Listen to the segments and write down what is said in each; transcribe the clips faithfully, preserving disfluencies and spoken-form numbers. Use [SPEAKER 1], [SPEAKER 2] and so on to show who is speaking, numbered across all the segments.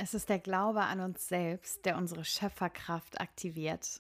[SPEAKER 1] Es ist der Glaube an uns selbst, der unsere Schöpferkraft aktiviert.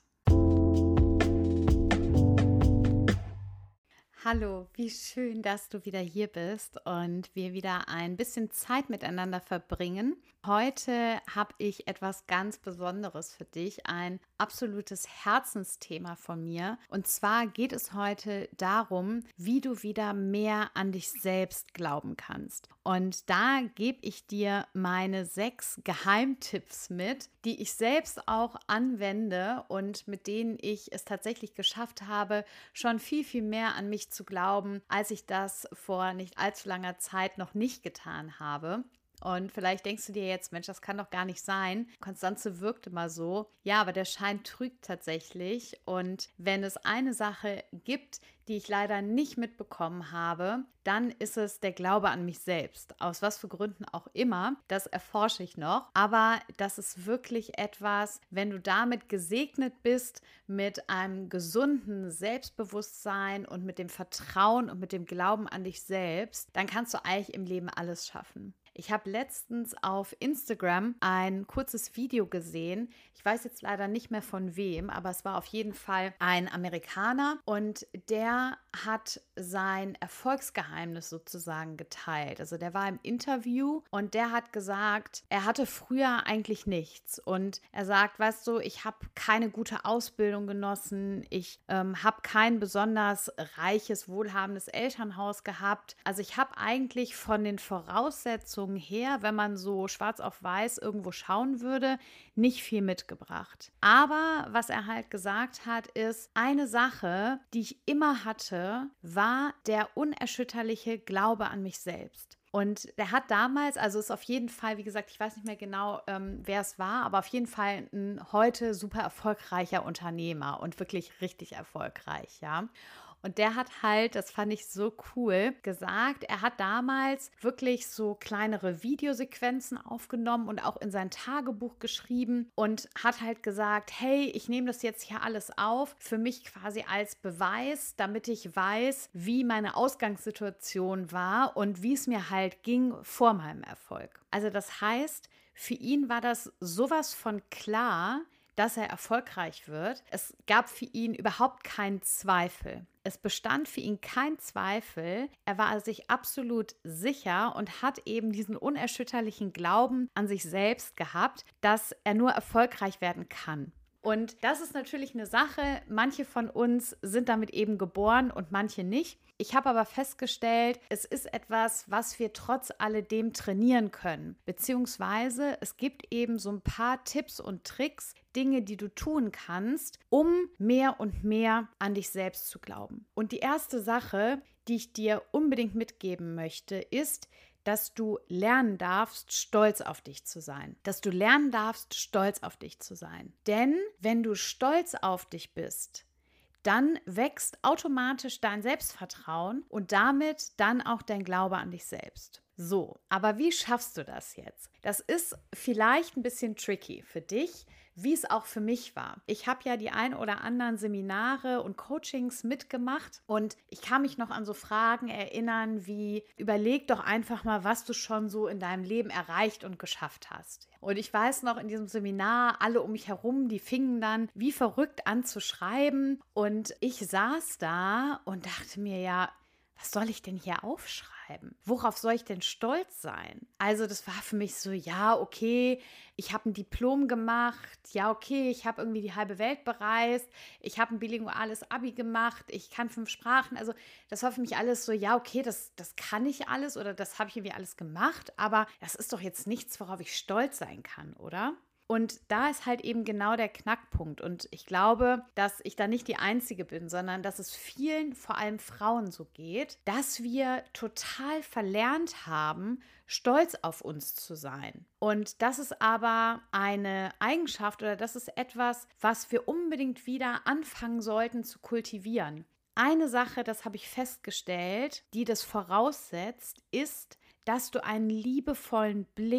[SPEAKER 1] Hallo, wie schön, dass du wieder hier bist und wir wieder ein bisschen Zeit miteinander verbringen. Heute habe ich etwas ganz Besonderes für dich, ein absolutes Herzensthema von mir. Und zwar geht es heute darum, wie du wieder mehr an dich selbst glauben kannst. Und da gebe ich dir meine sechs Geheimtipps mit, die ich selbst auch anwende und mit denen ich es tatsächlich geschafft habe, schon viel, viel mehr an mich zu glauben, als ich das vor nicht allzu langer Zeit noch nicht getan habe. Und vielleicht denkst du dir jetzt, Mensch, das kann doch gar nicht sein. Constanze wirkt immer so. Ja, aber der Schein trügt tatsächlich. Und wenn es eine Sache gibt, die ich leider nicht mitbekommen habe, dann ist es der Glaube an mich selbst. Aus was für Gründen auch immer. Das erforsche ich noch. Aber das ist wirklich etwas, wenn du damit gesegnet bist, mit einem gesunden Selbstbewusstsein und mit dem Vertrauen und mit dem Glauben an dich selbst, dann kannst du eigentlich im Leben alles schaffen. Ich habe letztens auf Instagram ein kurzes Video gesehen. Ich weiß jetzt leider nicht mehr von wem, aber es war auf jeden Fall ein Amerikaner und der hat sein Erfolgsgeheimnis sozusagen geteilt. Also der war im Interview und der hat gesagt, er hatte früher eigentlich nichts und er sagt, weißt du, ich habe keine gute Ausbildung genossen, ich ähm, habe kein besonders reiches, wohlhabendes Elternhaus gehabt. Also ich habe eigentlich von den Voraussetzungen her, wenn man so schwarz auf weiß irgendwo schauen würde, nicht viel mitgebracht. Aber was er halt gesagt hat, ist, eine Sache, die ich immer hatte, war der unerschütterliche Glaube an mich selbst. Und der hat damals, also ist auf jeden Fall, wie gesagt, ich weiß nicht mehr genau, ähm, wer es war, aber auf jeden Fall ein heute super erfolgreicher Unternehmer und wirklich richtig erfolgreich, ja. Und der hat halt, das fand ich so cool, gesagt, er hat damals wirklich so kleinere Videosequenzen aufgenommen und auch in sein Tagebuch geschrieben und hat halt gesagt, hey, ich nehme das jetzt hier alles auf, für mich quasi als Beweis, damit ich weiß, wie meine Ausgangssituation war und wie es mir halt ging vor meinem Erfolg. Also das heißt, für ihn war das sowas von klar, dass er erfolgreich wird. Es gab für ihn überhaupt keinen Zweifel. Es bestand für ihn kein Zweifel. Er war sich absolut sicher und hat eben diesen unerschütterlichen Glauben an sich selbst gehabt, dass er nur erfolgreich werden kann. Und das ist natürlich eine Sache, manche von uns sind damit eben geboren und manche nicht. Ich habe aber festgestellt, es ist etwas, was wir trotz alledem trainieren können. Beziehungsweise es gibt eben so ein paar Tipps und Tricks, Dinge, die du tun kannst, um mehr und mehr an dich selbst zu glauben. Und die erste Sache, die ich dir unbedingt mitgeben möchte, ist, dass du lernen darfst, stolz auf dich zu sein. Dass du lernen darfst, stolz auf dich zu sein. Denn wenn du stolz auf dich bist, dann wächst automatisch dein Selbstvertrauen und damit dann auch dein Glaube an dich selbst. So, aber wie schaffst du das jetzt? Das ist vielleicht ein bisschen tricky für dich, wie es auch für mich war. Ich habe ja die ein oder anderen Seminare und Coachings mitgemacht und ich kann mich noch an so Fragen erinnern wie, überleg doch einfach mal, was du schon so in deinem Leben erreicht und geschafft hast. Und ich weiß noch, in diesem Seminar, alle um mich herum, die fingen dann wie verrückt an zu schreiben und ich saß da und dachte mir, ja, was soll ich denn hier aufschreiben? Worauf soll ich denn stolz sein? Also das war für mich so, ja, okay, ich habe ein Diplom gemacht, ja, okay, ich habe irgendwie die halbe Welt bereist, ich habe ein bilinguales Abi gemacht, ich kann fünf Sprachen, also das war für mich alles so, ja, okay, das, das kann ich alles oder das habe ich irgendwie alles gemacht, aber das ist doch jetzt nichts, worauf ich stolz sein kann, oder? Und da ist halt eben genau der Knackpunkt. Und ich glaube, dass ich da nicht die Einzige bin, sondern dass es vielen, vor allem Frauen so geht, dass wir total verlernt haben, stolz auf uns zu sein. Und das ist aber eine Eigenschaft oder das ist etwas, was wir unbedingt wieder anfangen sollten zu kultivieren. Eine Sache, das habe ich festgestellt, die das voraussetzt, ist, dass du einen liebevollen Blick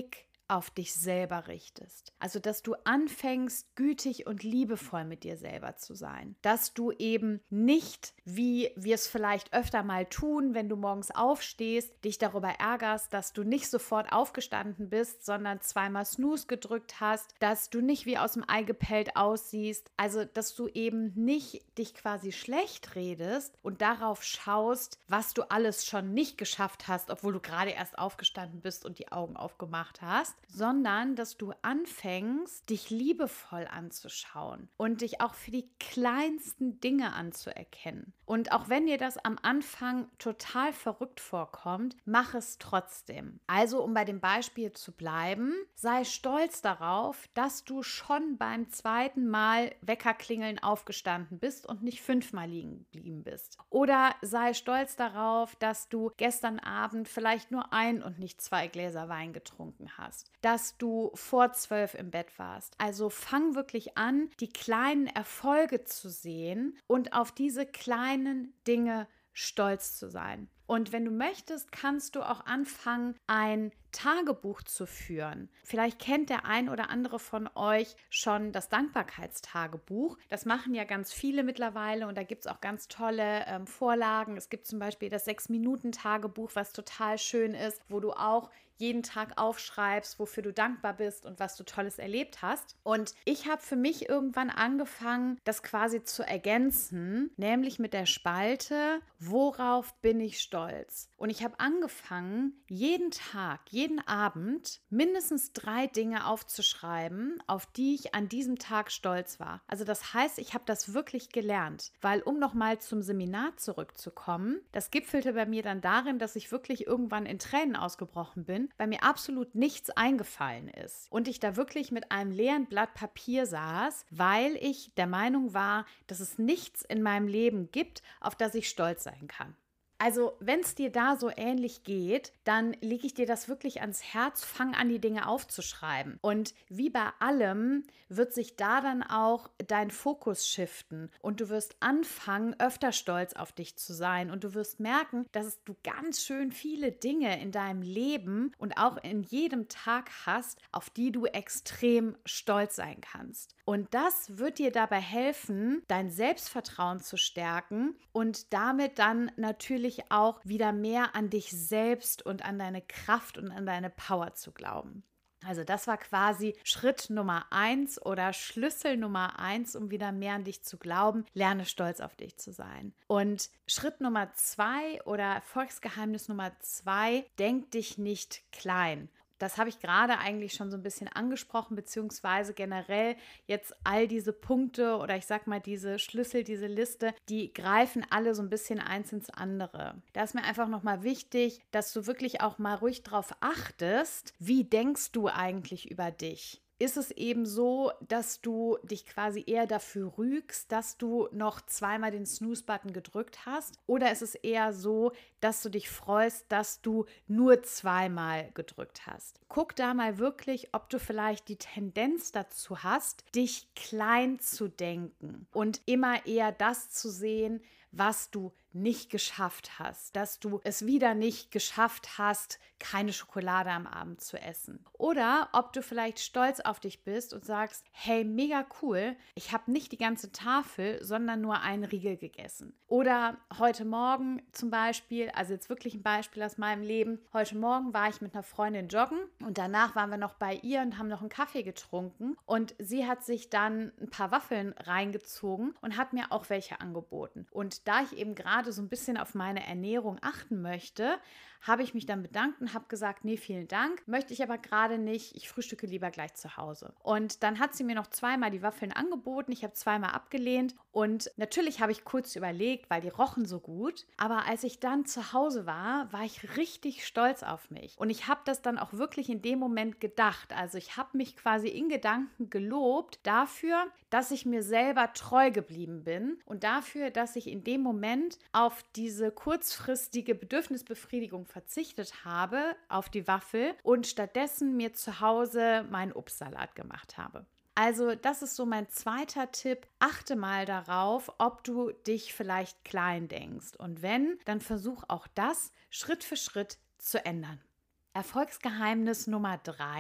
[SPEAKER 1] auf dich selber richtest. Also, dass du anfängst, gütig und liebevoll mit dir selber zu sein. Dass du eben nicht, wie wir es vielleicht öfter mal tun, wenn du morgens aufstehst, dich darüber ärgerst, dass du nicht sofort aufgestanden bist, sondern zweimal Snooze gedrückt hast, dass du nicht wie aus dem Ei gepellt aussiehst. Also, dass du eben nicht dich quasi schlecht redest und darauf schaust, was du alles schon nicht geschafft hast, obwohl du gerade erst aufgestanden bist und die Augen aufgemacht hast, sondern dass du anfängst, dich liebevoll anzuschauen und dich auch für die kleinsten Dinge anzuerkennen. Und auch wenn dir das am Anfang total verrückt vorkommt, mach es trotzdem. Also, um bei dem Beispiel zu bleiben, sei stolz darauf, dass du schon beim zweiten Mal Weckerklingeln aufgestanden bist und nicht fünfmal liegen geblieben bist. Oder sei stolz darauf, dass du gestern Abend vielleicht nur ein und nicht zwei Gläser Wein getrunken hast. Dass du vor zwölf im Bett warst. Also fang wirklich an, die kleinen Erfolge zu sehen und auf diese kleinen Dinge stolz zu sein. Und wenn du möchtest, kannst du auch anfangen, ein Tagebuch zu führen. Vielleicht kennt der ein oder andere von euch schon das Dankbarkeitstagebuch. Das machen ja ganz viele mittlerweile und da gibt es auch ganz tolle ähm, Vorlagen. Es gibt zum Beispiel das Sechs-Minuten-Tagebuch, was total schön ist, wo du auch jeden Tag aufschreibst, wofür du dankbar bist und was du Tolles erlebt hast. Und ich habe für mich irgendwann angefangen, das quasi zu ergänzen, nämlich mit der Spalte, worauf bin ich stolz? Und ich habe angefangen, jeden Tag, jeden Abend mindestens drei Dinge aufzuschreiben, auf die ich an diesem Tag stolz war. Also das heißt, ich habe das wirklich gelernt, weil um nochmal zum Seminar zurückzukommen, das gipfelte bei mir dann darin, dass ich wirklich irgendwann in Tränen ausgebrochen bin, weil mir absolut nichts eingefallen ist und ich da wirklich mit einem leeren Blatt Papier saß, weil ich der Meinung war, dass es nichts in meinem Leben gibt, auf das ich stolz sein kann. Also, wenn es dir da so ähnlich geht, dann lege ich dir das wirklich ans Herz, fang an, die Dinge aufzuschreiben. Und wie bei allem wird sich da dann auch dein Fokus shiften und du wirst anfangen, öfter stolz auf dich zu sein und du wirst merken, dass du ganz schön viele Dinge in deinem Leben und auch in jedem Tag hast, auf die du extrem stolz sein kannst. Und das wird dir dabei helfen, dein Selbstvertrauen zu stärken und damit dann natürlich auch wieder mehr an dich selbst und an deine Kraft und an deine Power zu glauben. Also das war quasi Schritt Nummer eins oder Schlüssel Nummer eins, um wieder mehr an dich zu glauben. Lerne stolz auf dich zu sein. Und Schritt Nummer zwei oder Erfolgsgeheimnis Nummer zwei, denk dich nicht klein. Das habe ich gerade eigentlich schon so ein bisschen angesprochen, beziehungsweise generell jetzt all diese Punkte oder ich sag mal diese Schlüssel, diese Liste, die greifen alle so ein bisschen eins ins andere. Da ist mir einfach nochmal wichtig, dass du wirklich auch mal ruhig drauf achtest, wie denkst du eigentlich über dich? Ist es eben so, dass du dich quasi eher dafür rügst, dass du noch zweimal den Snooze-Button gedrückt hast? Oder ist es eher so, dass du dich freust, dass du nur zweimal gedrückt hast? Guck da mal wirklich, ob du vielleicht die Tendenz dazu hast, dich klein zu denken und immer eher das zu sehen, was du nicht geschafft hast, dass du es wieder nicht geschafft hast, keine Schokolade am Abend zu essen. Oder ob du vielleicht stolz auf dich bist und sagst, hey, mega cool, ich habe nicht die ganze Tafel, sondern nur einen Riegel gegessen. Oder heute Morgen zum Beispiel, also jetzt wirklich ein Beispiel aus meinem Leben, heute Morgen war ich mit einer Freundin joggen und danach waren wir noch bei ihr und haben noch einen Kaffee getrunken und sie hat sich dann ein paar Waffeln reingezogen und hat mir auch welche angeboten. Und da ich eben gerade so ein bisschen auf meine Ernährung achten möchte, habe ich mich dann bedankt und habe gesagt, nee, vielen Dank, möchte ich aber gerade nicht, ich frühstücke lieber gleich zu Hause. Und dann hat sie mir noch zweimal die Waffeln angeboten, ich habe zweimal abgelehnt und natürlich habe ich kurz überlegt, weil die rochen so gut, aber als ich dann zu Hause war, war ich richtig stolz auf mich und ich habe das dann auch wirklich in dem Moment gedacht, also ich habe mich quasi in Gedanken gelobt dafür, dass ich mir selber treu geblieben bin und dafür, dass ich in dem Moment auf diese kurzfristige Bedürfnisbefriedigung verzichtet habe, auf die Waffel und stattdessen mir zu Hause meinen Obstsalat gemacht habe. Also das ist so mein zweiter Tipp. Achte mal darauf, ob du dich vielleicht klein denkst. Und wenn, dann versuch auch das Schritt für Schritt zu ändern. Erfolgsgeheimnis Nummer drei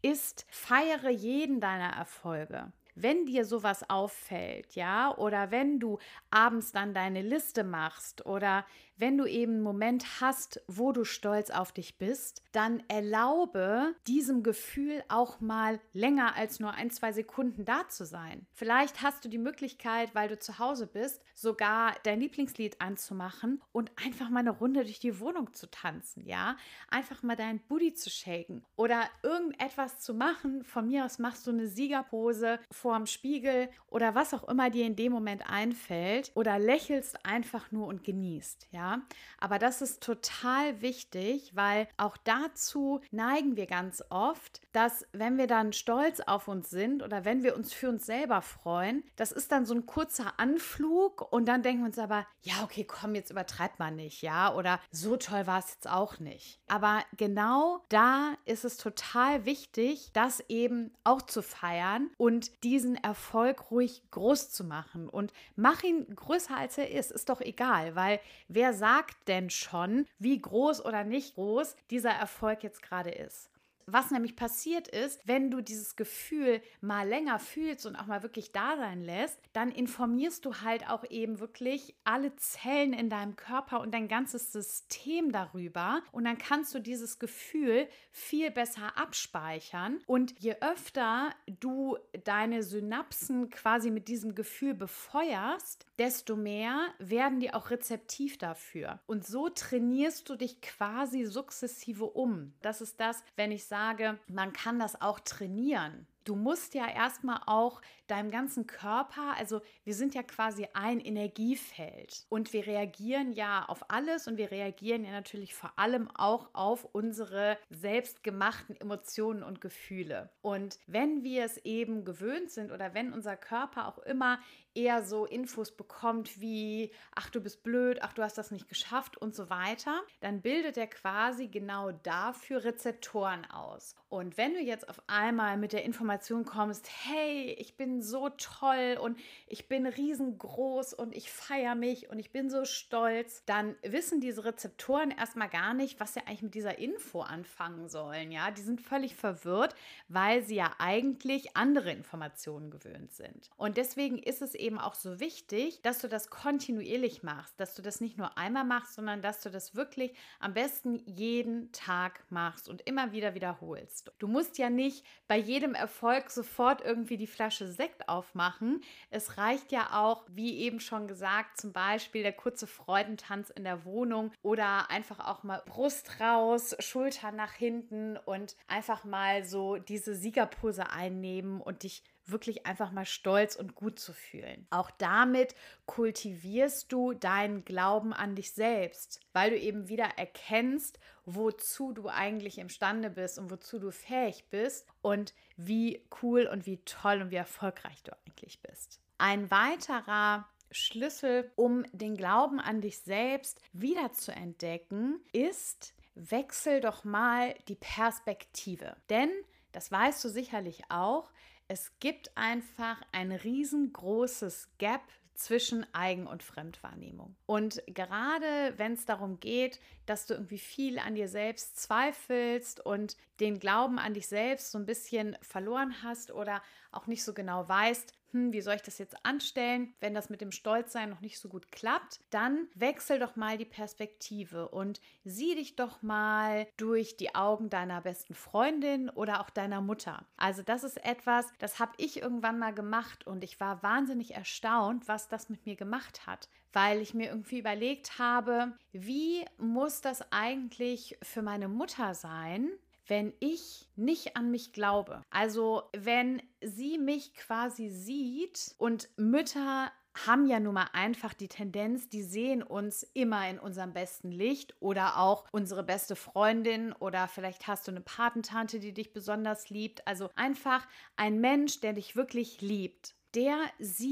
[SPEAKER 1] ist, feiere jeden deiner Erfolge. Wenn dir sowas auffällt, ja, oder wenn du abends dann deine Liste machst oder wenn du eben einen Moment hast, wo du stolz auf dich bist, dann erlaube diesem Gefühl auch mal länger als nur ein, zwei Sekunden da zu sein. Vielleicht hast du die Möglichkeit, weil du zu Hause bist, sogar dein Lieblingslied anzumachen und einfach mal eine Runde durch die Wohnung zu tanzen, ja? Einfach mal dein Booty zu shaken oder irgendetwas zu machen. Von mir aus machst du eine Siegerpose vorm Spiegel oder was auch immer dir in dem Moment einfällt oder lächelst einfach nur und genießt, ja? Aber das ist total wichtig, weil auch dazu neigen wir ganz oft, dass wenn wir dann stolz auf uns sind oder wenn wir uns für uns selber freuen, das ist dann so ein kurzer Anflug und dann denken wir uns aber, ja, okay, komm, jetzt übertreibt man nicht, ja, oder so toll war es jetzt auch nicht. Aber genau da ist es total wichtig, das eben auch zu feiern und diesen Erfolg ruhig groß zu machen und mach ihn größer als er ist, ist doch egal, weil wer sagt denn schon, wie groß oder nicht groß dieser Erfolg jetzt gerade ist? Was nämlich passiert ist, wenn du dieses Gefühl mal länger fühlst und auch mal wirklich da sein lässt, dann informierst du halt auch eben wirklich alle Zellen in deinem Körper und dein ganzes System darüber und dann kannst du dieses Gefühl viel besser abspeichern und je öfter du deine Synapsen quasi mit diesem Gefühl befeuerst, desto mehr werden die auch rezeptiv dafür und so trainierst du dich quasi sukzessive um. Das ist das, wenn ich sage, man kann das auch trainieren. Du musst ja erstmal auch deinem ganzen Körper, also wir sind ja quasi ein Energiefeld und wir reagieren ja auf alles und wir reagieren ja natürlich vor allem auch auf unsere selbstgemachten Emotionen und Gefühle. Und wenn wir es eben gewöhnt sind oder wenn unser Körper auch immer eher so Infos bekommt wie, ach du bist blöd, ach du hast das nicht geschafft und so weiter, dann bildet er quasi genau dafür Rezeptoren aus. Und wenn du jetzt auf einmal mit der Information kommst, hey, ich bin so toll und ich bin riesengroß und ich feiere mich und ich bin so stolz, dann wissen diese Rezeptoren erstmal gar nicht, was sie eigentlich mit dieser Info anfangen sollen. Ja, die sind völlig verwirrt, weil sie ja eigentlich andere Informationen gewöhnt sind. Und deswegen ist es eben auch so wichtig, dass du das kontinuierlich machst, dass du das nicht nur einmal machst, sondern dass du das wirklich am besten jeden Tag machst und immer wieder wiederholst. Du musst ja nicht bei jedem Erfolg sofort irgendwie die Flasche Sekt aufmachen. Es reicht ja auch, wie eben schon gesagt, zum Beispiel der kurze Freudentanz in der Wohnung oder einfach auch mal Brust raus, Schultern nach hinten und einfach mal so diese Siegerpose einnehmen und dich wirklich einfach mal stolz und gut zu fühlen. Auch damit kultivierst du deinen Glauben an dich selbst, weil du eben wieder erkennst, wozu du eigentlich imstande bist und wozu du fähig bist und wie cool und wie toll und wie erfolgreich du eigentlich bist. Ein weiterer Schlüssel, um den Glauben an dich selbst wieder zu entdecken, ist, wechsel doch mal die Perspektive. Denn, das weißt du sicherlich auch, es gibt einfach ein riesengroßes Gap zwischen Eigen- und Fremdwahrnehmung. Und gerade wenn es darum geht, dass du irgendwie viel an dir selbst zweifelst und den Glauben an dich selbst so ein bisschen verloren hast oder auch nicht so genau weißt, hm, wie soll ich das jetzt anstellen, wenn das mit dem Stolzsein noch nicht so gut klappt, dann wechsel doch mal die Perspektive und sieh dich doch mal durch die Augen deiner besten Freundin oder auch deiner Mutter. Also das ist etwas, das habe ich irgendwann mal gemacht und ich war wahnsinnig erstaunt, was das mit mir gemacht hat, weil ich mir irgendwie überlegt habe, wie muss das eigentlich für meine Mutter sein, wenn ich nicht an mich glaube. Also wenn sie mich quasi sieht und Mütter haben ja nun mal einfach die Tendenz, die sehen uns immer in unserem besten Licht oder auch unsere beste Freundin oder vielleicht hast du eine Patentante, die dich besonders liebt. Also einfach ein Mensch, der dich wirklich liebt. Der sieht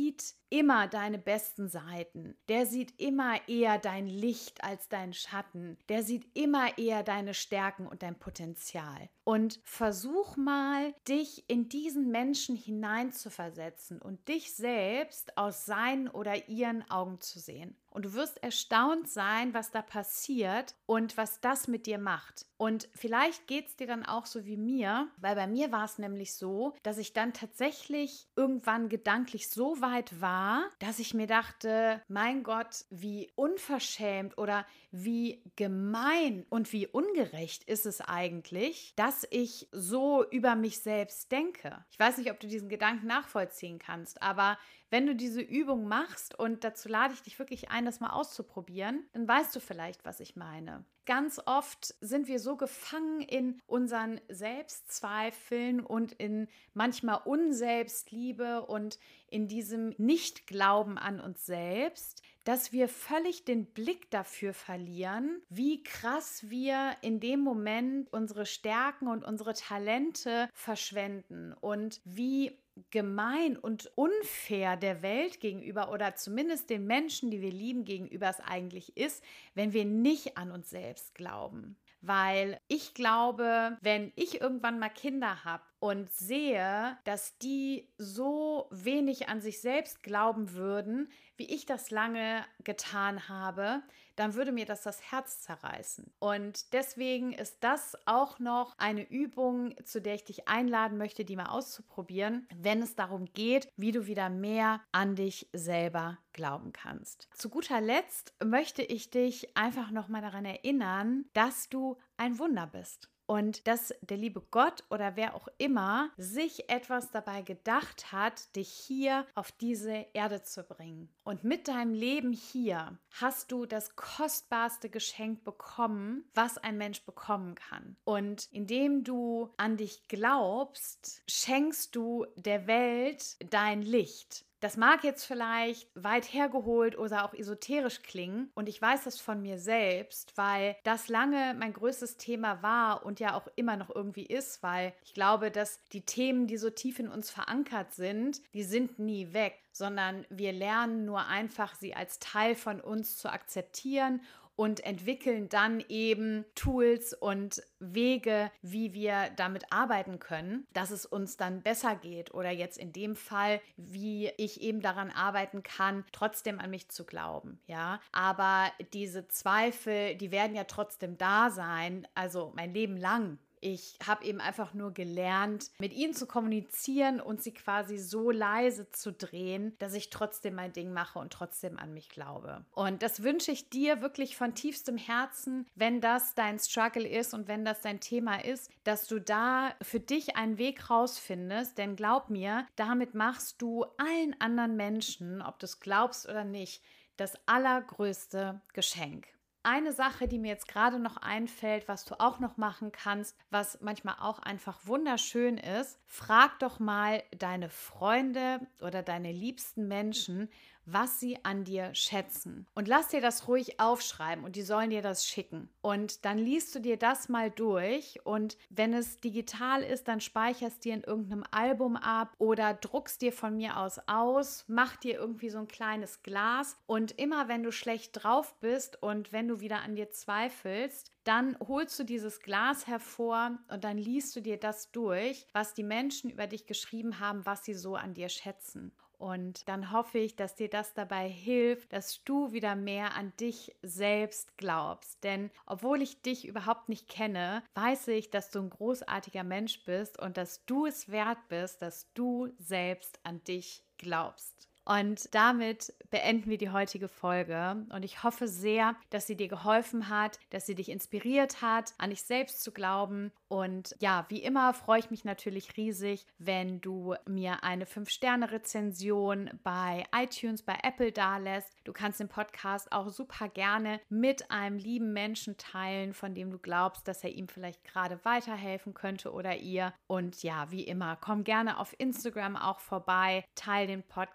[SPEAKER 1] immer deine besten Seiten. Der sieht immer eher dein Licht als deinen Schatten. Der sieht immer eher deine Stärken und dein Potenzial. Und versuch mal, dich in diesen Menschen hineinzuversetzen und dich selbst aus seinen oder ihren Augen zu sehen. Und du wirst erstaunt sein, was da passiert und was das mit dir macht. Und vielleicht geht es dir dann auch so wie mir, weil bei mir war es nämlich so, dass ich dann tatsächlich irgendwann gedanklich so weit war, dass ich mir dachte, mein Gott, wie unverschämt oder wie gemein und wie ungerecht ist es eigentlich, dass ich so über mich selbst denke. Ich weiß nicht, ob du diesen Gedanken nachvollziehen kannst, aber wenn du diese Übung machst, und dazu lade ich dich wirklich ein, das mal auszuprobieren, dann weißt du vielleicht, was ich meine. Ganz oft sind wir so gefangen in unseren Selbstzweifeln und in manchmal Unselbstliebe und in diesem Nichtglauben an uns selbst, dass wir völlig den Blick dafür verlieren, wie krass wir in dem Moment unsere Stärken und unsere Talente verschwenden und wie gemein und unfair der Welt gegenüber oder zumindest den Menschen, die wir lieben, gegenüber es eigentlich ist, wenn wir nicht an uns selbst glauben. Weil ich glaube, wenn ich irgendwann mal Kinder habe und sehe, dass die so wenig an sich selbst glauben würden, wie ich das lange getan habe, dann würde mir das das Herz zerreißen. Und deswegen ist das auch noch eine Übung, zu der ich dich einladen möchte, die mal auszuprobieren, wenn es darum geht, wie du wieder mehr an dich selber glauben kannst. Zu guter Letzt möchte ich dich einfach noch mal daran erinnern, dass du ein Wunder bist. Und dass der liebe Gott oder wer auch immer sich etwas dabei gedacht hat, dich hier auf diese Erde zu bringen. Und mit deinem Leben hier hast du das kostbarste Geschenk bekommen, was ein Mensch bekommen kann. Und indem du an dich glaubst, schenkst du der Welt dein Licht. Das mag jetzt vielleicht weit hergeholt oder auch esoterisch klingen, und ich weiß das von mir selbst, weil das lange mein größtes Thema war und ja auch immer noch irgendwie ist, weil ich glaube, dass die Themen, die so tief in uns verankert sind, die sind nie weg, sondern wir lernen nur einfach, sie als Teil von uns zu akzeptieren und entwickeln dann eben Tools und Wege, wie wir damit arbeiten können, dass es uns dann besser geht. Oder jetzt in dem Fall, wie ich eben daran arbeiten kann, trotzdem an mich zu glauben. Ja, aber diese Zweifel, die werden ja trotzdem da sein, also mein Leben lang. Ich habe eben einfach nur gelernt, mit ihnen zu kommunizieren und sie quasi so leise zu drehen, dass ich trotzdem mein Ding mache und trotzdem an mich glaube. Und das wünsche ich dir wirklich von tiefstem Herzen, wenn das dein Struggle ist und wenn das dein Thema ist, dass du da für dich einen Weg rausfindest. Denn glaub mir, damit machst du allen anderen Menschen, ob du es glaubst oder nicht, das allergrößte Geschenk. Eine Sache, die mir jetzt gerade noch einfällt, was du auch noch machen kannst, was manchmal auch einfach wunderschön ist, frag doch mal deine Freunde oder deine liebsten Menschen, was sie an dir schätzen. Und lass dir das ruhig aufschreiben und die sollen dir das schicken. Und dann liest du dir das mal durch und wenn es digital ist, dann speicherst dir in irgendeinem Album ab oder druckst dir von mir aus aus, mach dir irgendwie so ein kleines Glas und immer wenn du schlecht drauf bist und wenn du wieder an dir zweifelst, dann holst du dieses Glas hervor und dann liest du dir das durch, was die Menschen über dich geschrieben haben, was sie so an dir schätzen. Und dann hoffe ich, dass dir das dabei hilft, dass du wieder mehr an dich selbst glaubst. Denn obwohl ich dich überhaupt nicht kenne, weiß ich, dass du ein großartiger Mensch bist und dass du es wert bist, dass du selbst an dich glaubst. Und damit beenden wir die heutige Folge und ich hoffe sehr, dass sie dir geholfen hat, dass sie dich inspiriert hat, an dich selbst zu glauben. Und ja, wie immer freue ich mich natürlich riesig, wenn du mir eine fünf Sterne Rezension bei iTunes, bei Apple dalässt. Du kannst den Podcast auch super gerne mit einem lieben Menschen teilen, von dem du glaubst, dass er ihm vielleicht gerade weiterhelfen könnte oder ihr. Und ja, wie immer, komm gerne auf Instagram auch vorbei, teile den Podcast.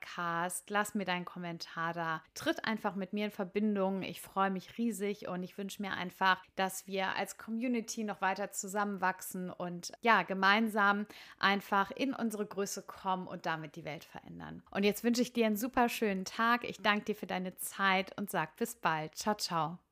[SPEAKER 1] hast. Lass mir deinen Kommentar da. Tritt einfach mit mir in Verbindung. Ich freue mich riesig und ich wünsche mir einfach, dass wir als Community noch weiter zusammenwachsen und ja, gemeinsam einfach in unsere Größe kommen und damit die Welt verändern. Und jetzt wünsche ich dir einen super schönen Tag. Ich danke dir für deine Zeit und sag bis bald. Ciao, ciao.